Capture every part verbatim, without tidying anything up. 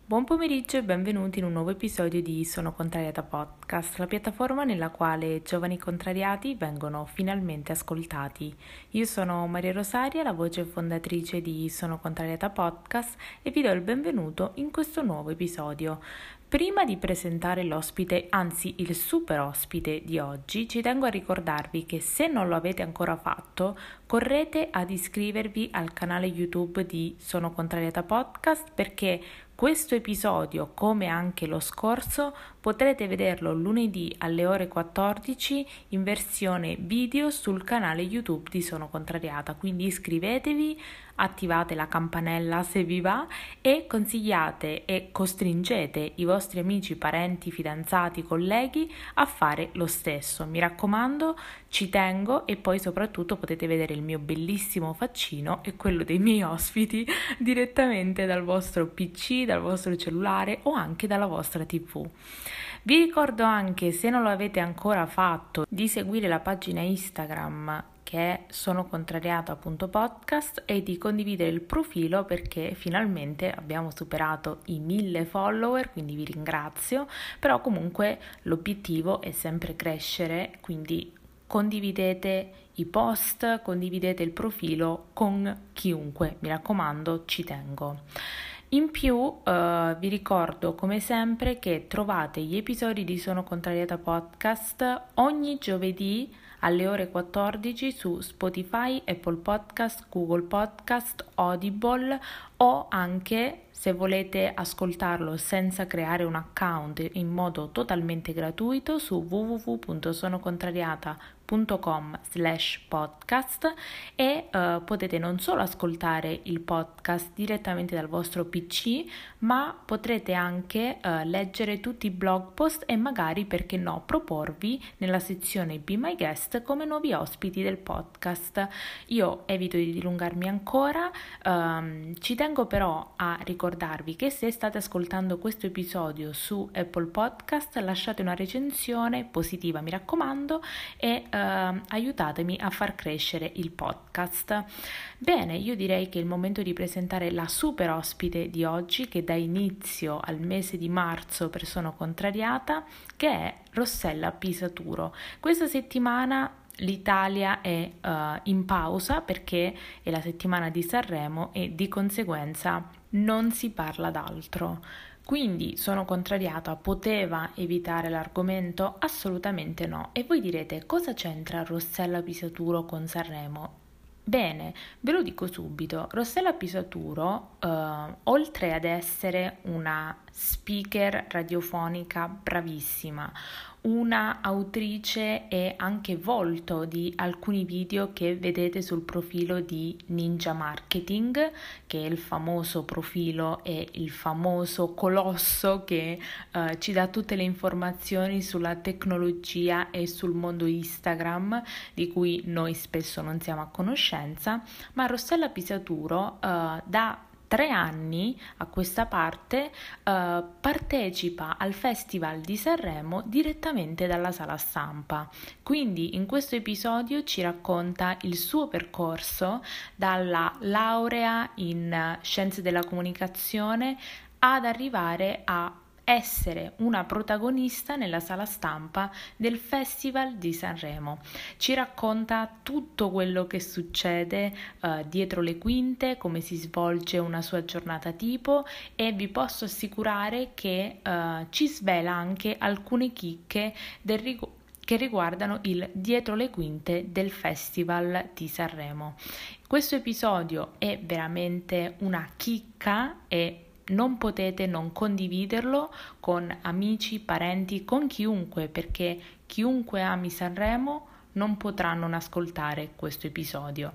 Buon pomeriggio e benvenuti in un nuovo episodio di Sono Contrariata Podcast, la piattaforma nella quale giovani contrariati vengono finalmente ascoltati. Io sono Maria Rosaria, la voce fondatrice di Sono Contrariata Podcast e vi do il benvenuto in questo nuovo episodio. Prima di presentare l'ospite, anzi il super ospite di oggi, ci tengo a ricordarvi che se non lo avete ancora fatto, correte ad iscrivervi al canale YouTube di Sono Contrariata Podcast perché questo episodio, come anche lo scorso, potrete vederlo lunedì alle ore quattordici in versione video sul canale YouTube di Sono Contrariata, quindi iscrivetevi, attivate la campanella se vi va e consigliate e costringete i vostri amici, parenti, fidanzati, colleghi a fare lo stesso. Mi raccomando, ci tengo e poi soprattutto potete vedere il mio bellissimo faccino e quello dei miei ospiti direttamente dal vostro P C, dal vostro cellulare o anche dalla vostra tivù. Vi ricordo anche, se non lo avete ancora fatto, di seguire la pagina Instagram che è sonocontrariata.podcast e di condividere il profilo perché finalmente abbiamo superato i mille follower, quindi vi ringrazio, però comunque l'obiettivo è sempre crescere, quindi condividete i post, condividete il profilo con chiunque, mi raccomando, ci tengo. In più eh, vi ricordo come sempre che trovate gli episodi di Sono Contrariata Podcast ogni giovedì alle ore quattordici su Spotify, Apple Podcast, Google Podcast, Audible o anche, se volete ascoltarlo senza creare un account in modo totalmente gratuito, su w w w punto sonocontrariata punto com slash podcast e uh, potete non solo ascoltare il podcast direttamente dal vostro P C, ma potrete anche uh, leggere tutti i blog post e magari, perché no, proporvi nella sezione Be My Guest come nuovi ospiti del podcast. Io evito di dilungarmi ancora, um, ci tengo però a ricordarvi che se state ascoltando questo episodio su Apple Podcast lasciate una recensione positiva, mi raccomando, e Uh, aiutatemi a far crescere il podcast. Bene, io direi che è il momento di presentare la super ospite di oggi che dà inizio al mese di marzo per Sono Contrariata, che è Rossella Pisaturo. Questa settimana l'Italia è uh, in pausa perché è la settimana di Sanremo e di conseguenza non si parla d'altro. Quindi Sono Contrariata poteva evitare l'argomento? Assolutamente no. E voi direte, cosa c'entra Rossella Pisaturo con Sanremo? Bene, ve lo dico subito. Rossella Pisaturo, eh, oltre ad essere una speaker radiofonica bravissima, una autrice e anche volto di alcuni video che vedete sul profilo di Ninja Marketing, che è il famoso profilo e il famoso colosso che eh, ci dà tutte le informazioni sulla tecnologia e sul mondo Instagram, di cui noi spesso non siamo a conoscenza, ma Rossella Pisaturo eh, da tre anni a questa parte uh, partecipa al Festival di Sanremo direttamente dalla sala stampa. Quindi in questo episodio ci racconta il suo percorso dalla laurea in Scienze della Comunicazione ad arrivare a essere una protagonista nella sala stampa del Festival di Sanremo. Ci racconta tutto quello che succede uh, dietro le quinte, come si svolge una sua giornata tipo, e vi posso assicurare che uh, ci svela anche alcune chicche del riguardo che riguardano il dietro le quinte del Festival di Sanremo. Questo episodio è veramente una chicca e non potete non condividerlo con amici, parenti, con chiunque, perché chiunque ami Sanremo non potrà non ascoltare questo episodio.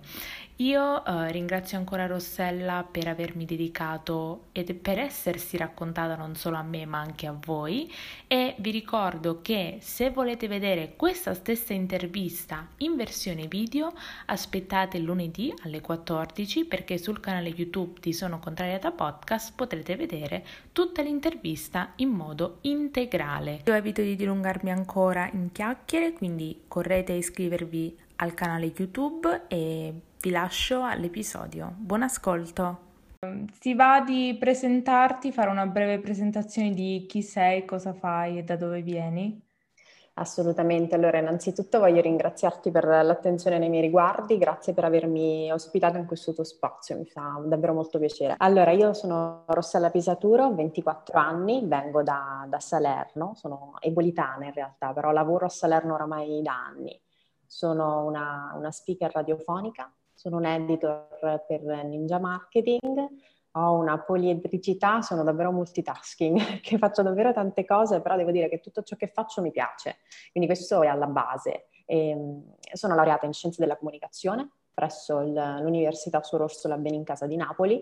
Io eh, ringrazio ancora Rossella per avermi dedicato e per essersi raccontata non solo a me ma anche a voi, e vi ricordo che se volete vedere questa stessa intervista in versione video aspettate lunedì alle quattordici, perché sul canale YouTube di Sono Contrariata Podcast potrete vedere tutta l'intervista in modo integrale. Io evito di dilungarmi ancora in chiacchiere, quindi correte a iscrivervi al canale YouTube e vi lascio all'episodio. Buon ascolto! Ti va di presentarti, fare una breve presentazione di chi sei, cosa fai e da dove vieni? Assolutamente. Allora, innanzitutto voglio ringraziarti per l'attenzione nei miei riguardi, grazie per avermi ospitato in questo tuo spazio, mi fa davvero molto piacere. Allora, io sono Rossella Pisaturo, ho ventiquattro anni, vengo da, da Salerno, sono ebolitana in realtà, però lavoro a Salerno oramai da anni. Sono una, una speaker radiofonica, sono un editor per Ninja Marketing, ho una poliedricità, sono davvero multitasking, che faccio davvero tante cose, però devo dire che tutto ciò che faccio mi piace. Quindi questo è alla base. E, sono laureata in Scienze della Comunicazione presso il- l'Università Suor Orsola Benincasa di Napoli.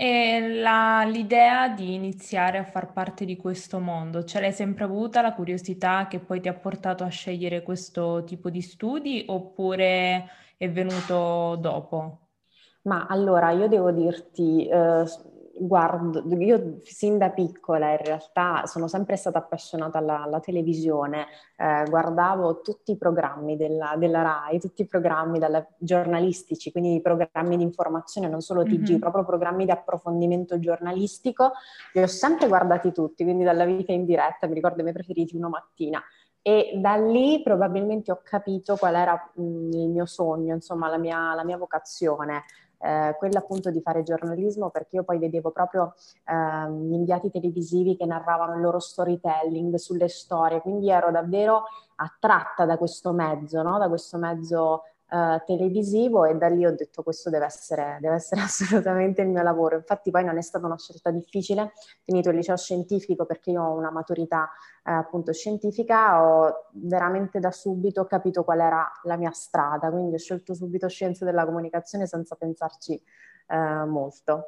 E la- l'idea di iniziare a far parte di questo mondo, ce l'hai sempre avuta la curiosità che poi ti ha portato a scegliere questo tipo di studi oppure è venuto dopo? Ma allora io devo dirti, eh, guardo, io sin da piccola in realtà sono sempre stata appassionata alla, alla televisione, eh, guardavo tutti i programmi della, della Rai, tutti i programmi dalla- giornalistici, quindi i programmi di informazione, non solo T G, Mhm. proprio programmi di approfondimento giornalistico, li ho sempre guardati tutti, quindi dalla vita in diretta, mi ricordo i miei preferiti Uno Mattina. E da lì probabilmente ho capito qual era mh, il mio sogno, insomma, la mia, la mia vocazione, eh, quella appunto di fare giornalismo, perché io poi vedevo proprio ehm, gli inviati televisivi che narravano il loro storytelling sulle storie, quindi ero davvero attratta da questo mezzo, no? Da questo mezzo eh, televisivo, e da lì ho detto questo deve essere, deve essere assolutamente il mio lavoro. Infatti poi non è stata una scelta difficile, ho finito il liceo scientifico perché io ho una maturità eh, appunto scientifica, ho veramente da subito capito qual era la mia strada, quindi ho scelto subito scienze della comunicazione senza pensarci eh, molto.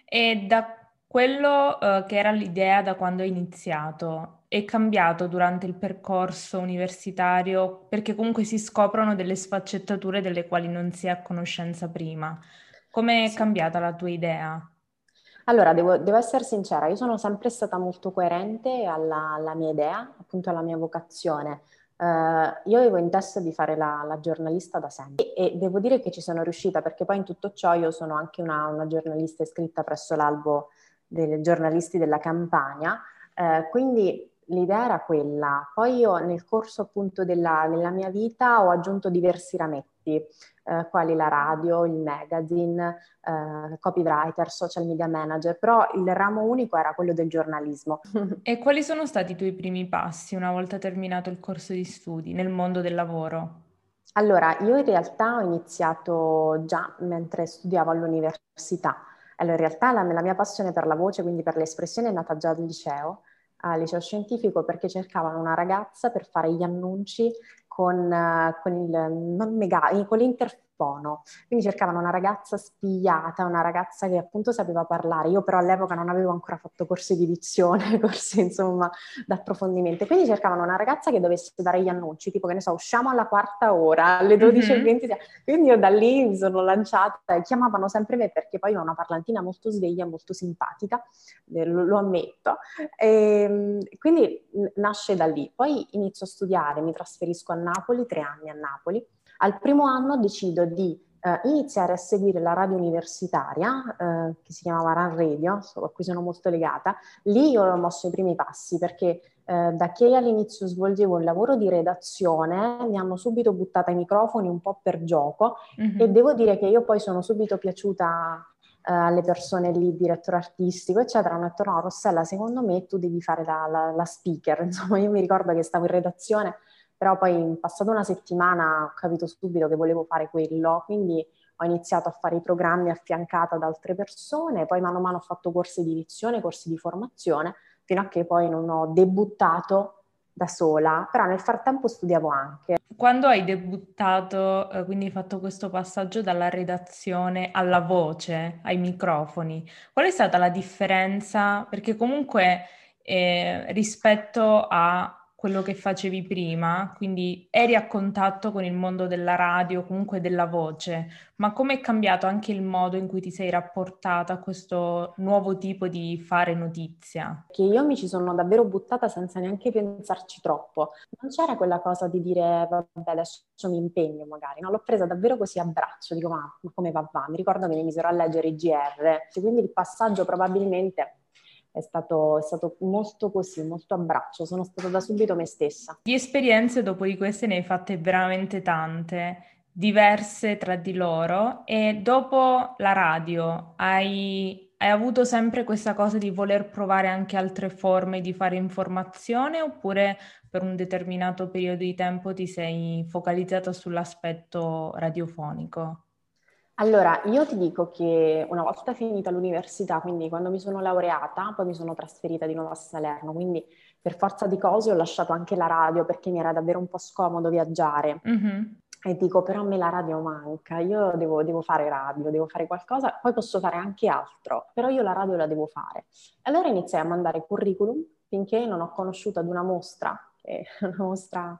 E da quello, eh, che era l'idea da quando hai iniziato, è cambiato durante il percorso universitario perché comunque si scoprono delle sfaccettature delle quali non si è a conoscenza prima. Come è Sì. cambiata la tua idea? Allora, devo, devo essere sincera, io sono sempre stata molto coerente alla, alla mia idea, appunto alla mia vocazione. Eh, io avevo in testa di fare la, la giornalista da sempre e, e devo dire che ci sono riuscita, perché poi in tutto ciò io sono anche una, una giornalista iscritta presso l'albo dei giornalisti della Campania, eh, quindi l'idea era quella. Poi io nel corso appunto della, della mia vita ho aggiunto diversi rametti, eh, quali la radio, il magazine, eh, copywriter, social media manager, però il ramo unico era quello del giornalismo. E quali sono stati i tuoi primi passi una volta terminato il corso di studi nel mondo del lavoro? Allora, io in realtà ho iniziato già mentre studiavo all'università. Allora, in realtà la, la mia passione per la voce, quindi per l'espressione, è nata già al liceo, al liceo scientifico, perché cercavano una ragazza per fare gli annunci con, eh, con il, non mega, con l'interfono. Quindi cercavano una ragazza spigliata, una ragazza che appunto sapeva parlare. Io però all'epoca non avevo ancora fatto corsi di dizione, corsi insomma d'approfondimento. Quindi cercavano una ragazza che dovesse dare gli annunci, tipo che ne so, usciamo alla quarta ora, alle dodici e Mhm. venti. Quindi io da lì mi sono lanciata e chiamavano sempre me perché poi ho una parlantina molto sveglia, molto simpatica, eh, lo, lo ammetto. E, quindi nasce da lì. Poi inizio a studiare, mi trasferisco a Napoli, tre anni a Napoli. Al primo anno decido di eh, iniziare a seguire la radio universitaria, eh, che si chiamava Ran Radio, a cui sono molto legata. Lì io ho mosso i primi passi perché eh, da che all'inizio svolgevo un lavoro di redazione, mi hanno subito buttata i microfoni un po' per gioco, e Mhm. devo dire che io poi sono subito piaciuta eh, alle persone lì, direttore artistico, eccetera. Hanno detto: no, Rossella, secondo me tu devi fare la, la, la speaker. Insomma, io mi ricordo che stavo in redazione, però poi in passata una settimana ho capito subito che volevo fare quello, quindi ho iniziato a fare i programmi affiancata da altre persone, poi mano a mano ho fatto corsi di dizione, corsi di formazione, fino a che poi non ho debuttato da sola, però nel frattempo studiavo anche. Quando hai debuttato, eh, quindi hai fatto questo passaggio dalla redazione alla voce, ai microfoni, qual è stata la differenza? Perché comunque eh, rispetto a quello che facevi prima, quindi eri a contatto con il mondo della radio, comunque della voce, ma come è cambiato anche il modo in cui ti sei rapportata a questo nuovo tipo di fare notizia? Che io mi ci sono davvero buttata senza neanche pensarci troppo. Non c'era quella cosa di dire, vabbè, adesso mi impegno magari, no? L'ho presa davvero così a braccio, dico, ma, ma come va, va? Mi ricordo che mi misero a leggere i G R, quindi il passaggio probabilmente è stato, è stato molto così, molto a braccio, sono stata da subito me stessa. Di esperienze dopo di queste ne hai fatte veramente tante, diverse tra di loro, e dopo la radio hai, hai avuto sempre questa cosa di voler provare anche altre forme di fare informazione, oppure per un determinato periodo di tempo ti sei focalizzata sull'aspetto radiofonico? Allora, io ti dico che una volta finita l'università, quindi quando mi sono laureata, poi mi sono trasferita di nuovo a Salerno, quindi per forza di cose ho lasciato anche la radio perché mi era davvero un po' scomodo viaggiare. Mhm. E dico, però a me la radio manca, io devo, devo fare radio, devo fare qualcosa, poi posso fare anche altro, però io la radio la devo fare. Allora iniziai a mandare curriculum finché non ho conosciuto ad una mostra, che è una mostra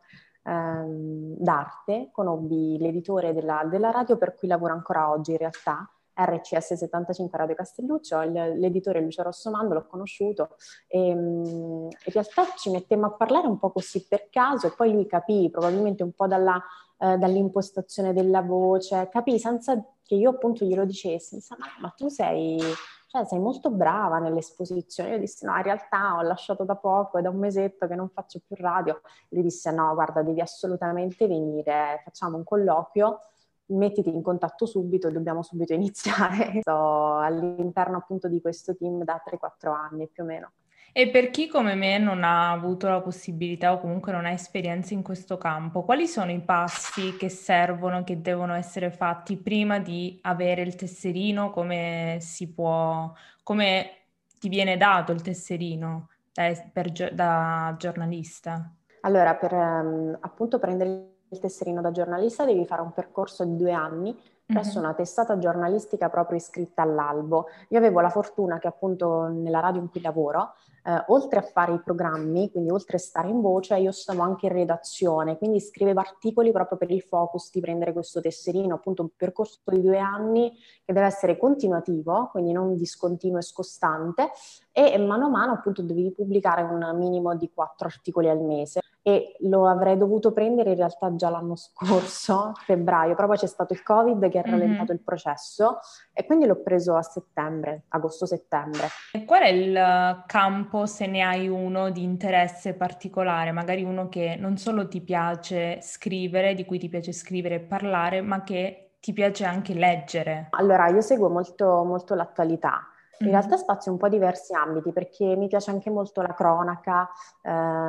ehm, d'arte, conobbi l'editore della, della radio per cui lavoro ancora oggi in realtà, R C S settantacinque Radio Castelluccio, il- l'editore Lucio Rossomando, l'ho conosciuto e mm, in realtà ci mettemmo a parlare un po' così per caso e poi lui capì, probabilmente un po' dalla, eh, dall'impostazione della voce, capì senza che io appunto glielo dicessi, mi sa, ma, ma tu sei, cioè, sei molto brava nell'esposizione. Io dissi no, in realtà ho lasciato da poco, è da un mesetto che non faccio più radio. Lui disse no, guarda, devi assolutamente venire, facciamo un colloquio, mettiti in contatto subito, dobbiamo subito iniziare. Sto all'interno appunto di questo team da tre quattro anni più o meno. E per chi come me non ha avuto la possibilità o comunque non ha esperienze in questo campo, quali sono i passi che servono, che devono essere fatti prima di avere il tesserino? Come si può, come ti viene dato il tesserino da, per gio- da giornalista? Allora, per ehm, appunto prendere il tesserino da giornalista devi fare un percorso di due anni presso Mhm. una testata giornalistica proprio iscritta all'albo. Io avevo la fortuna che appunto nella radio in cui lavoro, eh, oltre a fare i programmi, quindi oltre a stare in voce, io stavo anche in redazione, quindi scrivevo articoli proprio per il focus di prendere questo tesserino, appunto un percorso di due anni che deve essere continuativo, quindi non discontinuo e scostante, e mano a mano appunto devi pubblicare un minimo di quattro articoli al mese e lo avrei dovuto prendere in realtà già l'anno scorso, febbraio, però poi c'è stato il Covid che ha rallentato Mhm. il processo e quindi l'ho preso a settembre, agosto-settembre. E qual è il eh, campo, se ne hai uno, di interesse particolare? Magari uno che non solo ti piace scrivere, di cui ti piace scrivere e parlare, ma che ti piace anche leggere. Allora, io seguo molto, molto l'attualità. In realtà Mhm. spazio un po' diversi ambiti perché mi piace anche molto la cronaca, eh,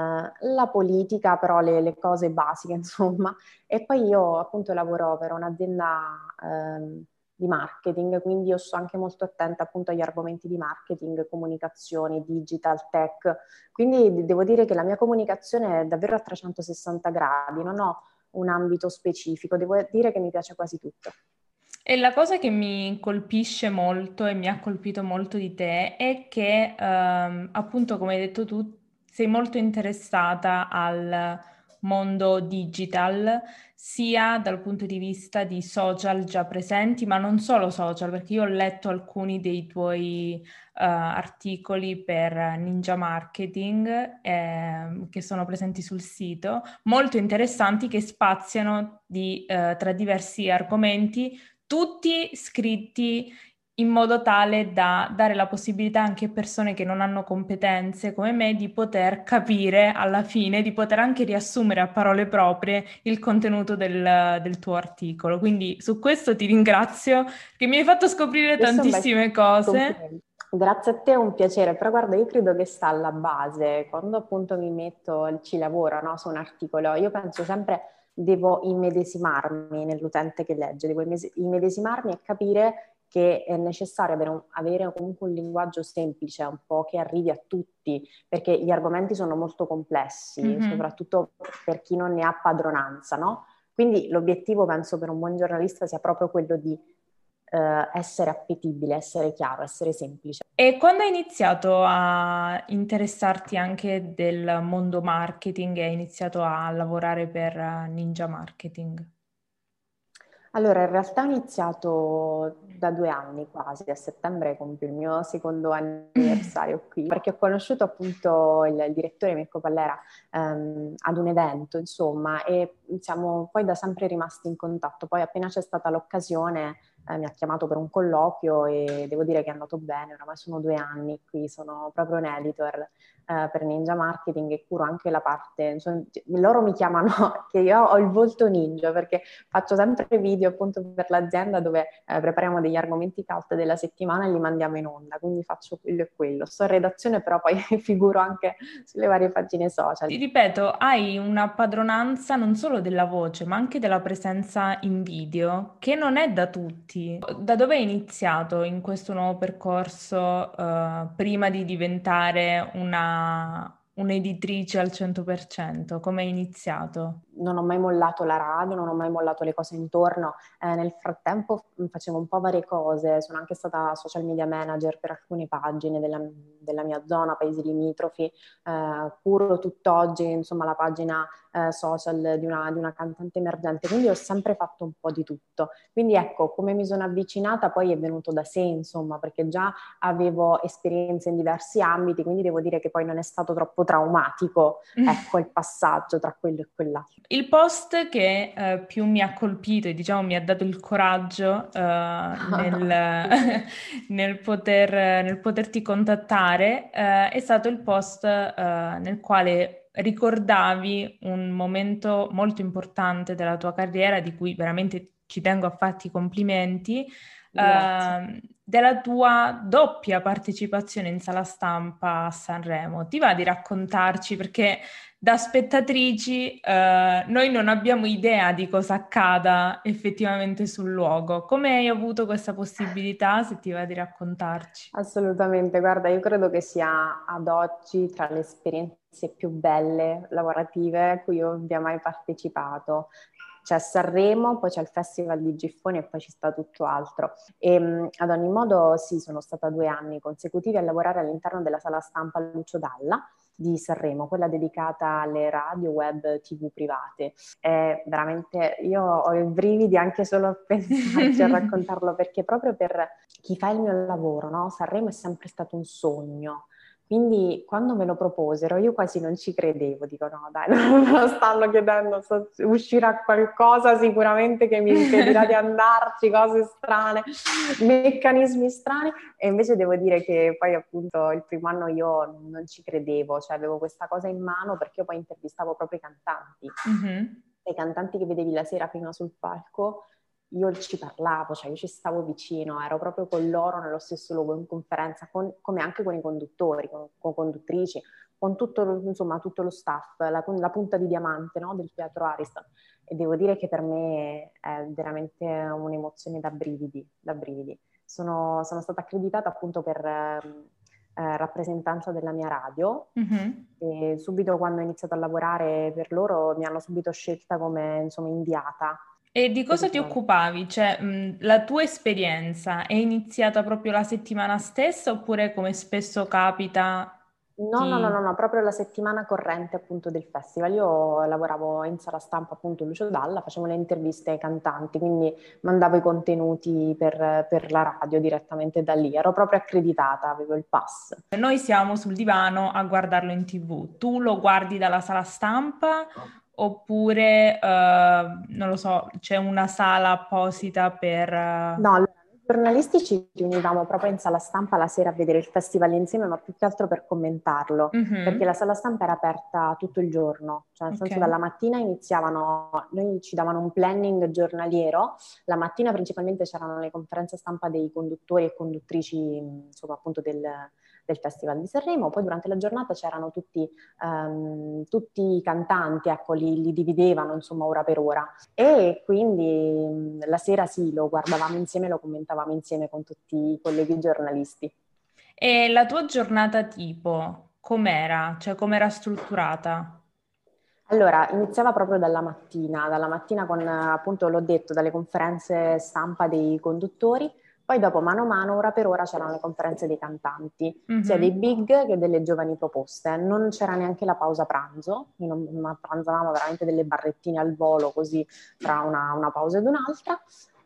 la politica, però le, le cose basiche, insomma. E poi io appunto lavoro per un'azienda ehm, di marketing, quindi io sto anche molto attenta appunto agli argomenti di marketing, comunicazione, digital, tech. Quindi devo dire che la mia comunicazione è davvero a trecentosessanta gradi, non ho un ambito specifico, devo dire che mi piace quasi tutto. E la cosa che mi colpisce molto e mi ha colpito molto di te è che, ehm, appunto, come hai detto tu, sei molto interessata al mondo digital, sia dal punto di vista di social già presenti, ma non solo social, perché io ho letto alcuni dei tuoi, eh, articoli per Ninja Marketing, ehm, che sono presenti sul sito, molto interessanti, che spaziano di, eh, tra diversi argomenti tutti scritti in modo tale da dare la possibilità anche a persone che non hanno competenze come me di poter capire alla fine, di poter anche riassumere a parole proprie il contenuto del, del tuo articolo. Quindi su questo ti ringrazio, che mi hai fatto scoprire Questo è un bel tantissime cose. complimento. Grazie a te, è un piacere, però guarda, io credo che sta alla base, quando appunto mi metto, ci lavoro, no, su un articolo, io penso sempre devo immedesimarmi nell'utente che legge, devo immedesimarmi e capire che è necessario avere, un, avere comunque un linguaggio semplice, un po' che arrivi a tutti, perché gli argomenti sono molto complessi, Mhm. soprattutto per chi non ne ha padronanza, no? Quindi l'obiettivo, penso, per un buon giornalista sia proprio quello di eh, essere appetibile, essere chiaro, essere semplice. E quando hai iniziato a interessarti anche del mondo marketing e hai iniziato a lavorare per eh, Ninja Marketing? Allora, in realtà ho iniziato da due anni quasi, a settembre compio il mio secondo anniversario qui, perché ho conosciuto appunto il, il direttore Mirko Pallera ehm, ad un evento, insomma, e siamo poi da sempre rimasti in contatto. Poi appena c'è stata l'occasione eh, mi ha chiamato per un colloquio e devo dire che è andato bene, oramai sono due anni qui, sono proprio un editor eh, per Ninja Marketing e curo anche la parte, insomma, loro mi chiamano che io ho il volto ninja perché faccio sempre video appunto per l'azienda dove eh, prepariamo degli argomenti cult della settimana e li mandiamo in onda, quindi faccio quello e quello. Sto in redazione però poi figuro anche sulle varie pagine social. Ti ripeto, hai una padronanza non solo della voce, ma anche della presenza in video, che non è da tutti. Da dove hai iniziato in questo nuovo percorso, eh, prima di diventare una, un'editrice al cento per cento? Come hai iniziato? Non ho mai mollato la radio, non ho mai mollato le cose intorno. Eh, nel frattempo mh, facevo un po' varie cose, sono anche stata social media manager per alcune pagine della, della mia zona, paesi limitrofi, eh, curo tutt'oggi, insomma, la pagina eh, social di una, di una cantante emergente, quindi ho sempre fatto un po' di tutto. Quindi ecco, come mi sono avvicinata poi è venuto da sé, insomma, perché già avevo esperienze in diversi ambiti, quindi devo dire che poi non è stato troppo traumatico, ecco, il passaggio tra quello e quell'altro. Il post che eh, più mi ha colpito e diciamo mi ha dato il coraggio eh, nel, nel poter, nel poterti contattare eh, è stato il post eh, nel quale ricordavi un momento molto importante della tua carriera, di cui veramente ci tengo a farti i complimenti, Grazie. eh, della tua doppia partecipazione in sala stampa a Sanremo. Ti va di raccontarci? Perché da spettatrici, eh, noi non abbiamo idea di cosa accada effettivamente sul luogo. Come hai avuto questa possibilità, se ti va di raccontarci? Assolutamente, guarda, io credo che sia ad oggi tra le esperienze più belle lavorative a cui io abbia mai partecipato. C'è Sanremo, poi c'è il Festival di Giffoni e poi ci sta tutto altro. E mh, ad ogni modo, sì, sono stata due anni consecutivi a lavorare all'interno della sala stampa Lucio Dalla di Sanremo, quella dedicata alle radio, web, tivù private. È veramente, io ho i brividi anche solo a pensarci, a raccontarlo, perché proprio per chi fa il mio lavoro, no? Sanremo è sempre stato un sogno. Quindi quando me lo proposero io quasi non ci credevo, dico no dai, non me lo stanno chiedendo, so- uscirà qualcosa sicuramente che mi impedirà di andarci, cose strane, meccanismi strani, e invece devo dire che poi appunto il primo anno io non ci credevo, cioè avevo questa cosa in mano perché io poi intervistavo proprio i cantanti, Mhm. i cantanti che vedevi la sera prima sul palco, io ci parlavo, cioè io ci stavo vicino, ero proprio con loro nello stesso luogo in conferenza, con, come anche con i conduttori, con, con conduttrici, con tutto, lo, insomma, tutto lo staff, la, la punta di diamante, no, del Teatro Ariston. E devo dire che per me è veramente un'emozione da brividi, da brividi. Sono, sono stata accreditata appunto per eh, eh, rappresentanza della mia radio Mhm. e subito quando ho iniziato a lavorare per loro mi hanno subito scelta come insomma inviata E di cosa ti positivamente. occupavi? Cioè, mh, la tua esperienza è iniziata proprio la settimana stessa oppure come spesso capita No, no, no, no, ti... no, proprio la settimana corrente appunto del festival. Io lavoravo in sala stampa appunto Lucio Dalla, facevo le interviste ai cantanti, quindi mandavo i contenuti per, per la radio direttamente da lì. Ero proprio accreditata, avevo il pass. Noi siamo sul divano a guardarlo in T V. Tu lo guardi dalla sala stampa oppure, eh, non lo so, c'è una sala apposita per... eh, No, allora, noi giornalisti ci riunivamo proprio in sala stampa la sera a vedere il festival insieme, ma più che altro per commentarlo, perché mhm, la sala stampa era aperta tutto il giorno, cioè nel ok. senso dalla mattina iniziavano, noi ci davano un planning giornaliero, la mattina principalmente c'erano le conferenze stampa dei conduttori e conduttrici, insomma appunto del, del Festival di Sanremo, poi durante la giornata c'erano tutti, ehm, tutti i cantanti, ecco, li, li dividevano insomma ora per ora. E quindi mh, la sera sì, lo guardavamo insieme, lo commentavamo insieme con tutti i colleghi giornalisti. E la tua giornata tipo, com'era? Cioè, com'era strutturata? Allora, iniziava proprio dalla mattina, dalla mattina con, eh, appunto, l'ho detto, dalle conferenze stampa dei conduttori, Poi dopo, mano a mano, ora per ora, c'erano le conferenze dei cantanti, sia dei Mhm. big che delle giovani proposte. Non c'era neanche la pausa pranzo, non, ma pranzavamo veramente delle barrettine al volo, così tra una, una pausa ed un'altra.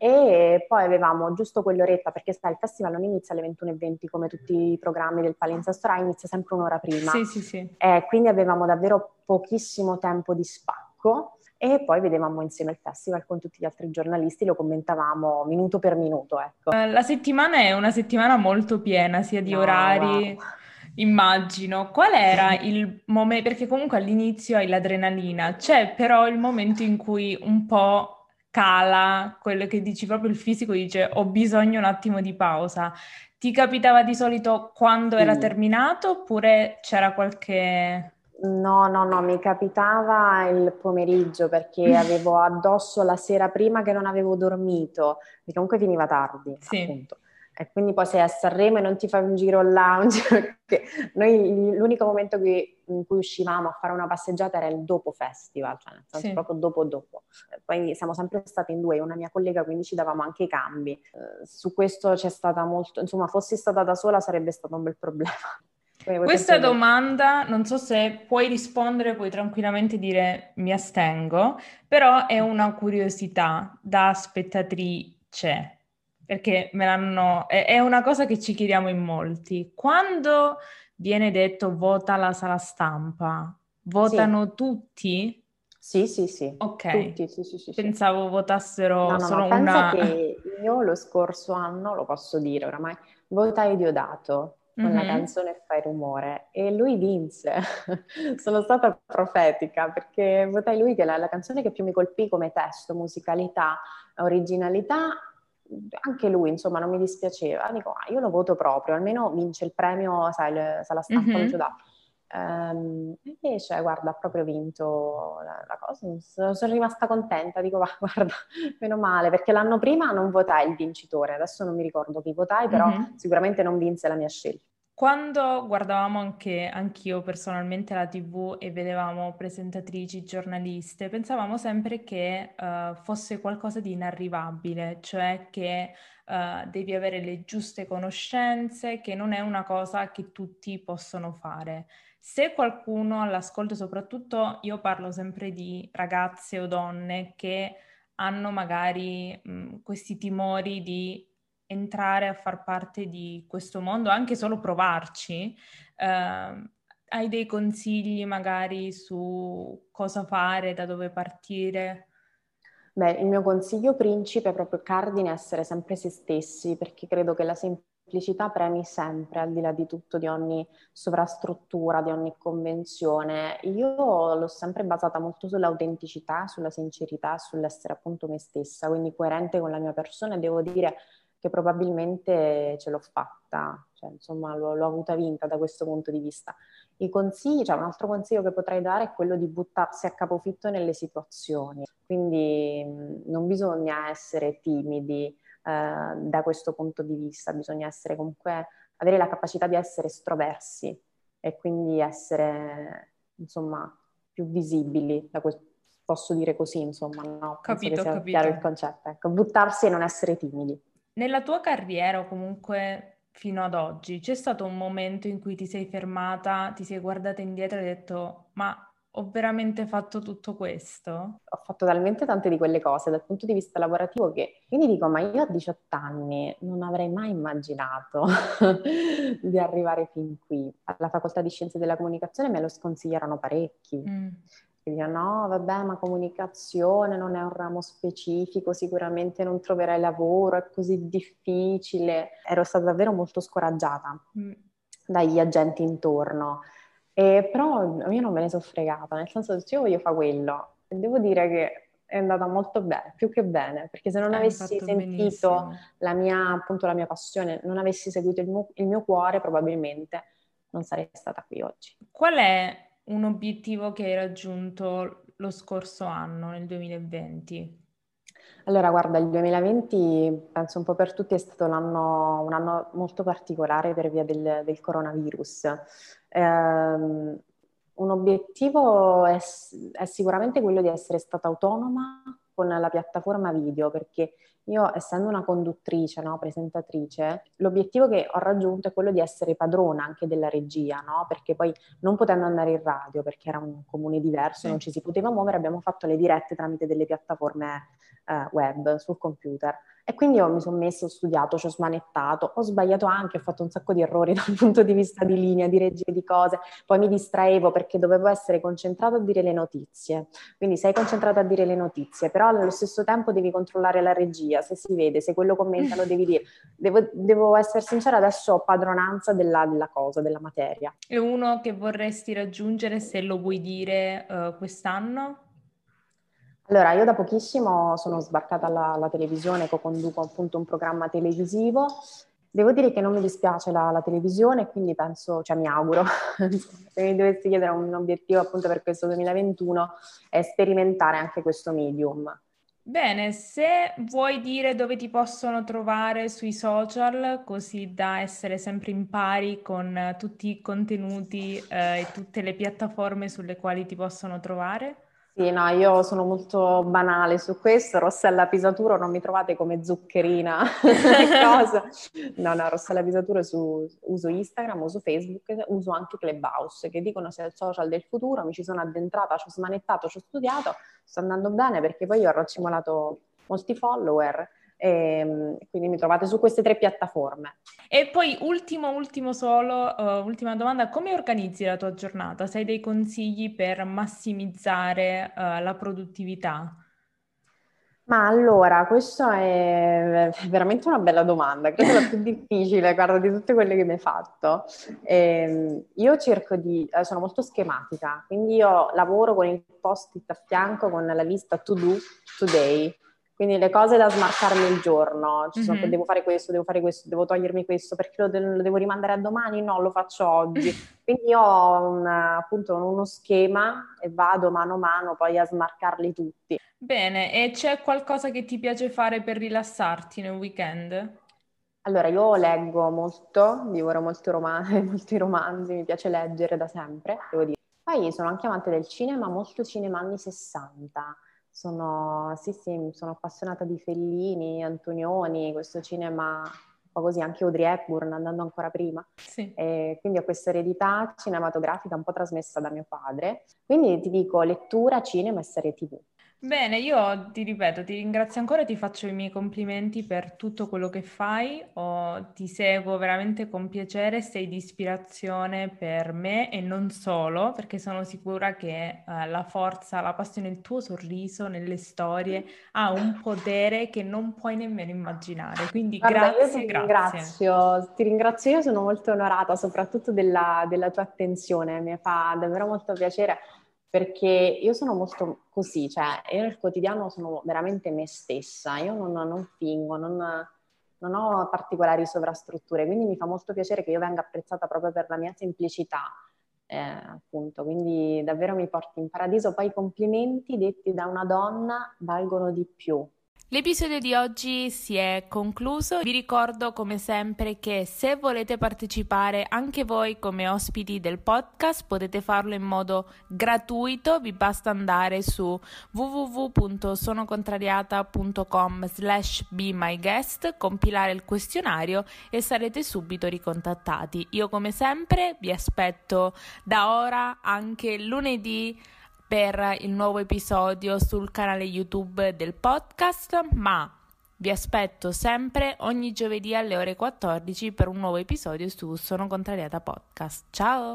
E poi avevamo giusto quell'oretta, perché sai, il festival non inizia alle ventuno e venti come tutti i programmi del Palinza Storai, inizia sempre un'ora prima. Sì, sì, sì. Eh, quindi avevamo davvero pochissimo tempo di spacco e poi vedevamo insieme il festival con tutti gli altri giornalisti, lo commentavamo minuto per minuto, ecco. Eh, La settimana è una settimana molto piena, sia di No, guarda. orari, immagino. Qual era il momento? Perché comunque all'inizio hai l'adrenalina, c'è però il momento in cui un po' cala quello che dici, proprio il fisico dice ho bisogno un attimo di pausa. Ti capitava di solito quando era Sì. terminato oppure c'era qualche... No, no, no, mi capitava il pomeriggio perché avevo addosso la sera prima che non avevo dormito, perché comunque finiva tardi, Sì, appunto. E quindi poi sei a Sanremo e non ti fai un giro al lounge, perché noi l'unico momento che- in cui uscivamo a fare una passeggiata era il dopo festival, cioè nel senso sì. proprio dopo dopo. Poi siamo sempre stati in due, io e una mia collega, quindi ci davamo anche i cambi. Eh, su questo c'è stata molto, insomma, fossi stata da sola sarebbe stato un bel problema. Quindi avevo Questa sempre del... domanda non so se puoi rispondere, puoi tranquillamente dire mi astengo, però è una curiosità da spettatrice, perché me l'hanno, è, è una cosa che ci chiediamo in molti. Quando viene detto vota la sala stampa, Sì, votano tutti? sì, sì, sì, Ok, tutti, sì, sì, sì, sì. pensavo No, votassero no, no, solo pensa una... che io lo scorso anno, lo posso dire oramai, votai Diodato con la Mhm, canzone Fai rumore e lui vinse. Sono stata profetica perché votai lui che è la, la canzone che più mi colpì come testo, musicalità, originalità, anche lui, insomma, non mi dispiaceva. Dico, ah, io lo voto proprio, almeno vince il premio, sai, le- se la stampa lo mhm. dà. Ehm, invece, guarda, ha proprio vinto la, la cosa, sono, sono rimasta contenta, dico, "Va, guarda, meno male, perché l'anno prima non votai il vincitore, adesso non mi ricordo chi votai, però Mhm. sicuramente non vinse la mia scelta. Quando guardavamo anche anch'io personalmente la T V e vedevamo presentatrici, giornaliste, pensavamo sempre che eh, fosse qualcosa di inarrivabile, cioè che eh, devi avere le giuste conoscenze, che non è una cosa che tutti possono fare. Se qualcuno all'ascolto, soprattutto io parlo sempre di ragazze o donne che hanno magari mh, questi timori di entrare a far parte di questo mondo, anche solo provarci, eh, hai dei consigli magari su cosa fare, da dove partire? Beh, il mio consiglio principe è proprio cardine essere sempre se stessi, perché credo che la semplicità premi sempre, al di là di tutto, di ogni sovrastruttura, di ogni convenzione. Io l'ho sempre basata molto sull'autenticità, sulla sincerità, sull'essere appunto me stessa, quindi coerente con la mia persona e devo dire che probabilmente ce l'ho fatta, cioè insomma l'ho, l'ho avuta vinta da questo punto di vista. I consigli, cioè un altro consiglio che potrei dare è quello di buttarsi a capofitto nelle situazioni, quindi mh, non bisogna essere timidi eh, da questo punto di vista, bisogna essere comunque, avere la capacità di essere estroversi e quindi essere, insomma, più visibili, da que- posso dire così, insomma, no? Penso che Capito, ho sia chiaro il capito. concetto, ecco, buttarsi e non essere timidi. Nella tua carriera, o comunque fino ad oggi, c'è stato un momento in cui ti sei fermata, ti sei guardata indietro e hai detto, ma ho veramente fatto tutto questo? Ho fatto talmente tante di quelle cose dal punto di vista lavorativo che quindi dico, ma io a diciotto anni non avrei mai immaginato di arrivare fin qui. Alla facoltà di Scienze della Comunicazione me lo sconsigliarono parecchi. Mm, Che dicono, no, vabbè, ma comunicazione non è un ramo specifico, sicuramente non troverai lavoro, è così difficile. Ero stata davvero molto scoraggiata mm. dagli agenti intorno. E però io non me ne sono fregata, nel senso che io voglio fare quello. E devo dire che è andata molto bene, più che bene, perché se non Hai avessi fatto sentito benissimo. la mia, appunto, la mia passione, non avessi seguito il mio, il mio cuore, probabilmente non sarei stata qui oggi. Qual è un obiettivo che hai raggiunto lo scorso anno, nel duemilaventi? Allora, guarda, il duemilaventi, penso un po' per tutti, è stato l'anno- un anno molto particolare per via del, del coronavirus. Ehm, un obiettivo è, è sicuramente quello di essere stata autonoma con la piattaforma video, perché io, essendo una conduttrice, no, presentatrice, l'obiettivo che ho raggiunto è quello di essere padrona anche della regia, no? Perché poi non potendo andare in radio, perché era un comune diverso, non ci si poteva muovere, abbiamo fatto le dirette tramite delle piattaforme eh, web sul computer. E quindi io mi sono messa, ho studiato, ci ho smanettato, ho sbagliato anche, ho fatto un sacco di errori dal punto di vista di linea, di regia, di cose, poi mi distraevo perché dovevo essere concentrata a dire le notizie, quindi sei concentrata a dire le notizie, però allo stesso tempo devi controllare la regia, se si vede, se quello commenta lo devi dire, devo, devo essere sincera, adesso ho padronanza della, della cosa, della materia. E uno che vorresti raggiungere, se lo vuoi dire, uh, quest'anno? Allora, io da pochissimo sono sbarcata alla, alla televisione, co-conduco appunto un programma televisivo. Devo dire che non mi dispiace la, la televisione, quindi penso, cioè mi auguro, se mi dovessi chiedere un obiettivo appunto per questo duemilaventuno, è sperimentare anche questo medium. Bene, se vuoi dire dove ti possono trovare sui social, così da essere sempre in pari con eh, tutti i contenuti eh, e tutte le piattaforme sulle quali ti possono trovare. Sì, no, io sono molto banale su questo, Rossella Pisaturo non mi trovate come zuccherina cosa. No, no, Rossella Pisaturo su, uso Instagram, uso Facebook, uso anche Clubhouse, che dicono sia il social del futuro, mi ci sono addentrata, ci ho smanettato, ci ho studiato, sta andando bene perché poi io ho raccimolato molti follower e quindi mi trovate su queste tre piattaforme. E poi ultimo, ultimo solo, uh, ultima domanda, come organizzi la tua giornata? Se hai dei consigli per massimizzare uh, la produttività? Ma allora, questa è veramente una bella domanda, credo la più difficile, guarda, di tutte quelle che mi hai fatto. Ehm, io cerco di, eh, sono molto schematica, quindi io lavoro con il post-it a fianco con la lista to do today, quindi le cose da smarcarmi il giorno, ci sono, Mhm. devo fare questo, devo fare questo, devo togliermi questo, perché lo, de- lo devo rimandare a domani? No, lo faccio oggi. Quindi io ho un, appunto uno schema e vado mano a mano poi a smarcarli tutti. Bene, e c'è qualcosa che ti piace fare per rilassarti nel weekend? Allora, io leggo molto, divoro molto roman- molti romanzi, mi piace leggere da sempre, devo dire. Poi sono anche amante del cinema, molto cinema anni sessanta. Sono, sì, sì, sono appassionata di Fellini, Antonioni, questo cinema un po' così, anche Audrey Hepburn, andando ancora prima. Sì. E quindi ho questa eredità cinematografica un po' trasmessa da mio padre. Quindi ti dico lettura, cinema e serie tivù. Bene, io ti ripeto, ti ringrazio ancora e ti faccio i miei complimenti per tutto quello che fai. Oh, ti seguo veramente con piacere, sei di ispirazione per me e non solo, perché sono sicura che eh, la forza, la passione, il tuo sorriso nelle storie ha un potere che non puoi nemmeno immaginare. Quindi Guarda, io grazie, ti grazie. ringrazio, ti ringrazio, io sono molto onorata soprattutto della, della tua attenzione, mi fa davvero molto piacere perché io sono molto così, cioè io nel quotidiano sono veramente me stessa, io non, non fingo, non, non ho particolari sovrastrutture, quindi mi fa molto piacere che io venga apprezzata proprio per la mia semplicità, eh, appunto, quindi davvero mi porti in paradiso, poi i complimenti detti da una donna valgono di più. L'episodio di oggi si è concluso. Vi ricordo come sempre che se volete partecipare anche voi come ospiti del podcast potete farlo in modo gratuito, vi basta andare su w w w punto sonocontrariata punto com slash be my guest, compilare il questionario e sarete subito ricontattati. Io come sempre vi aspetto da ora anche lunedì per il nuovo episodio sul canale YouTube del podcast, ma vi aspetto sempre ogni giovedì alle ore quattordici per un nuovo episodio su Sono Contrariata Podcast. Ciao!